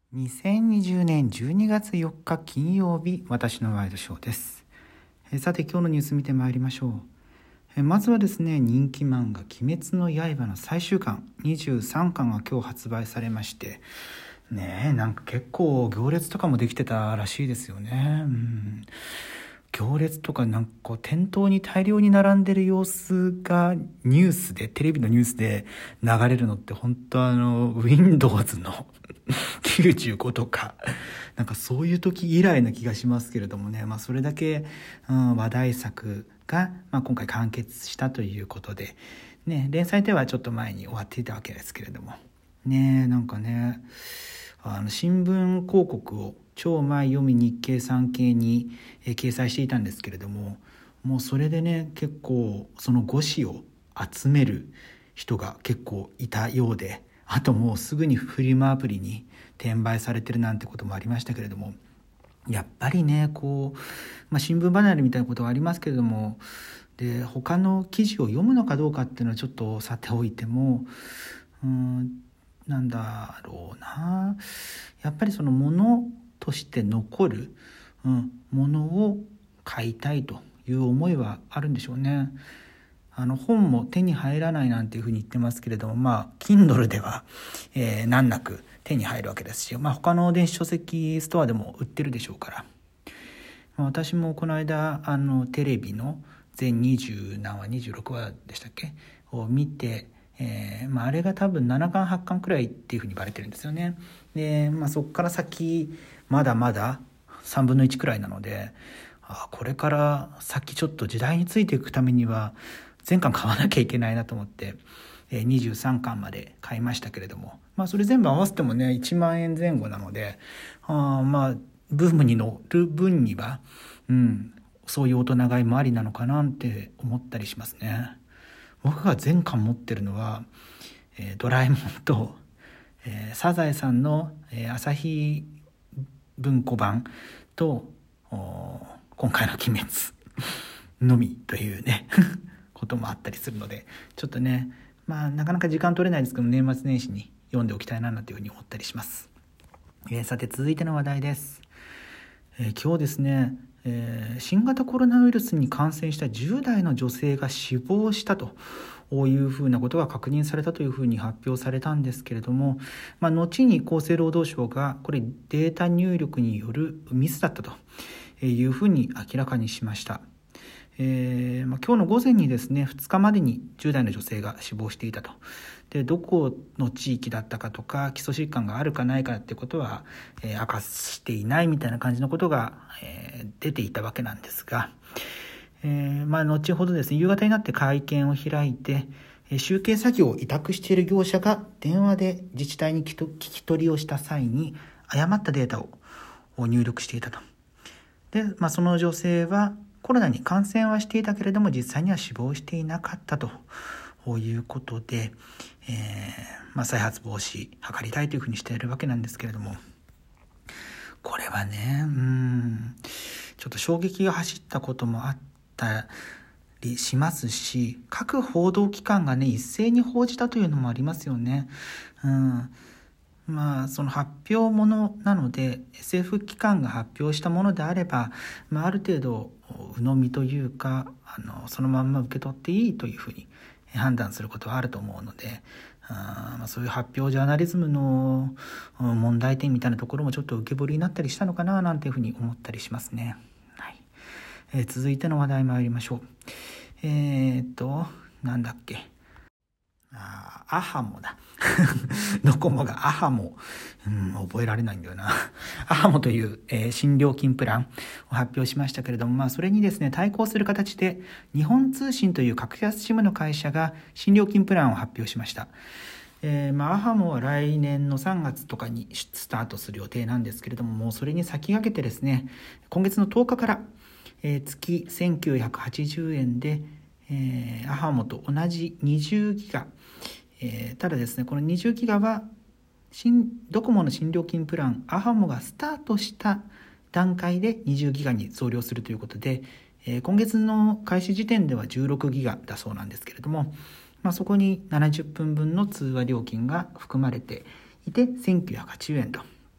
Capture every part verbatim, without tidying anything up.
にせんにじゅうねんじゅうにがつよっか金曜日、私のワイドショーです。えさて今日のニュース見てまいりましょう。えまずはですね、人気漫画鬼滅の刃の最終巻にじゅうさんかんが今日発売されましてねえ、なんか結構行列とかもできてたらしいですよね。うん行列とかなんかこう店頭に大量に並んでる様子がニュースでテレビのニュースで流れるのって本当あの Windows のきゅうじゅうごとかなんかそういう時以来な気がしますけれどもね、まあそれだけ、うん、話題作が、まあ、今回完結したということでね、連載ではちょっと前に終わっていたわけですけれどもね、なんかねあの新聞広告を超前読み日経産経に、えー、掲載していたんですけれども、もうそれでね結構その語紙を集める人が結構いたようで、あともうすぐにフリマアプリに転売されてるなんてこともありましたけれども、やっぱりねこう、まあ、新聞離れみたいなことはありますけれども、で他の記事を読むのかどうかっていうのはちょっとさておいても、うーんなんだろうな、やっぱりそのものとして残る、うん、ものを買いたいという思いはあるんでしょうね。あの本も手に入らないなんていうふうに言ってますけれども、まあ Kindle では、えー、難なく手に入るわけですし、まあ、他の電子書籍ストアでも売ってるでしょうから、まあ、私もこの間あのテレビの全にじゅう何話にじゅうろくわでしたっけを見て、えーまあ、あれが多分ななかんはちかんくらいっていうふうに言われてるんですよね。で、まあ、そこから先まだまださんぶんのいちくらいなので、あこれから先ちょっと時代についていくためには全巻買わなきゃいけないなと思って、えー、にじゅうさんかんまで買いましたけれども、まあ、それ全部合わせてもねいちまんえんぜん後なので、あまあブームに乗る分には、うん、そういう大人買いもありなのかなって思ったりしますね。僕が全巻持ってるのは、えー、ドラえもんと、えー、サザエさんの、えー、朝日文庫版と今回の鬼滅のみというねこともあったりするので、ちょっとねまあなかなか時間取れないですけど年末年始に読んでおきたいなというふうに思ったりします。えー、さて続いての話題です。えー、今日ですね、えー、新型コロナウイルスに感染したじゅう代の女性が死亡したというふうなことが確認されたというふうに発表されたんですけれども、まあ、後に厚生労働省がこれデータ入力によるミスだったというふうに明らかにしました。えーまあ、今日の午前にですねふつかまでにじゅう代の女性が死亡していたと。でどこの地域だったかとか基礎疾患があるかないかってことは、えー、明かしていないみたいな感じのことが、えー、出ていたわけなんですが、えーまあ、後ほどですね夕方になって会見を開いて、えー、集計作業を委託している業者が電話で自治体に聞き取りをした際に誤ったデータを入力していたと。で、まあ、その女性はコロナに感染はしていたけれども実際には死亡していなかったということで、えーまあ、再発防止図りたいというふうにしているわけなんですけれども、これはねうんちょっと衝撃が走ったこともあったりしますし、各報道機関がね一斉に報じたというのもありますよね。うんまあ、その発表ものなので エスエフ 機関が発表したものであれば、まあ、ある程度鵜呑みというかあのそのまんま受け取っていいというふうに判断することはあると思うので、あまあそういう発表ジャーナリズムの問題点みたいなところもちょっと浮き彫りになったりしたのかななんていうふうに思ったりしますね。はいえー、続いての話題参りましょう。えー、っとなんだっけあアハモだドコモがアハモ、うん、覚えられないんだよなアハモという、えー、新料金プランを発表しましたけれども、まあ、それにですね対抗する形で日本通信という格安 SIM の会社が新料金プランを発表しました。えーまあ、アハモは来年のさんがつとかにスタートする予定なんですけれども、もうそれに先駆けてですね今月のとおかから、えー、月せんきゅうひゃくはちじゅうえんでえー、アハモと同じにじゅうギガ、えー、ただですねこのにじゅうギガは新ドコモの新料金プランアハモがスタートした段階でにじゅうギガに増量するということで、えー、今月の開始時点ではじゅうろくギガだそうなんですけれども、まあ、そこにななじゅっぷんぶんの通話料金が含まれていてせんきゅうひゃくはちじゅうえんと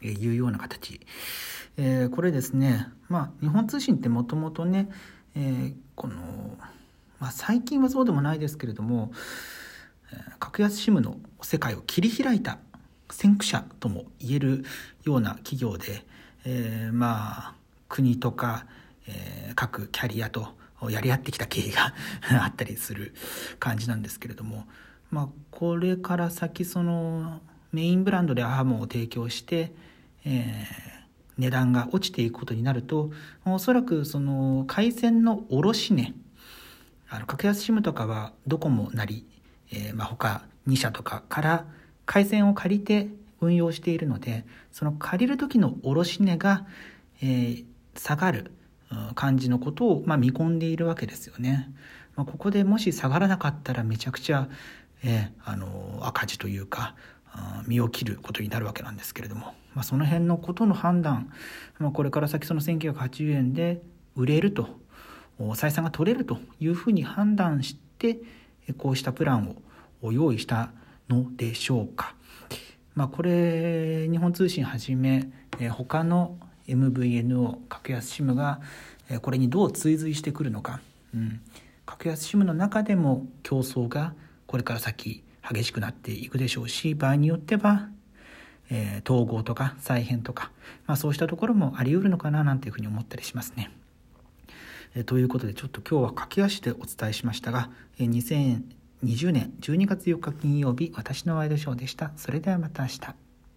いうような形、えー、これですね、まあ、日本通信ってもともとね、えー、この、まあ、最近はそうでもないですけれども、えー、格安 SIM の世界を切り開いた先駆者とも言えるような企業で、えー、まあ国とか、えー、各キャリアとやり合ってきた経緯があったりする感じなんですけれども、まあ、これから先そのメインブランドでアーモンを提供して、えー、値段が落ちていくことになると、おそらくその回線の卸値、あの格安 SIM とかはドコモなり、えーまあ、他に社とかから回線を借りて運用しているので、その借りる時の卸値が、えー、下がる感じのことを、まあ、見込んでいるわけですよね。まあ、ここでもし下がらなかったらめちゃくちゃ、えー、あの赤字というか身を切ることになるわけなんですけれども、まあ、その辺のことの判断、まあ、これから先そのせんきゅうひゃくはちじゅうえんで売れると、採算が取れるというふうに判断してこうしたプランを用意したのでしょうか。まあ、これ日本通信はじめ他の エムブイエヌオー 格安 SIM がこれにどう追随してくるのか、うん、格安 SIM の中でも競争がこれから先激しくなっていくでしょうし、場合によっては、えー、統合とか再編とか、まあ、そうしたところもあり得るのかななんていうふうに思ったりしますね。えー、ということでちょっと今日は駆け足でお伝えしましたが、えー、にせんにじゅうねんじゅうにがつよっか金曜日、私のワイドショーでした。それではまた明日。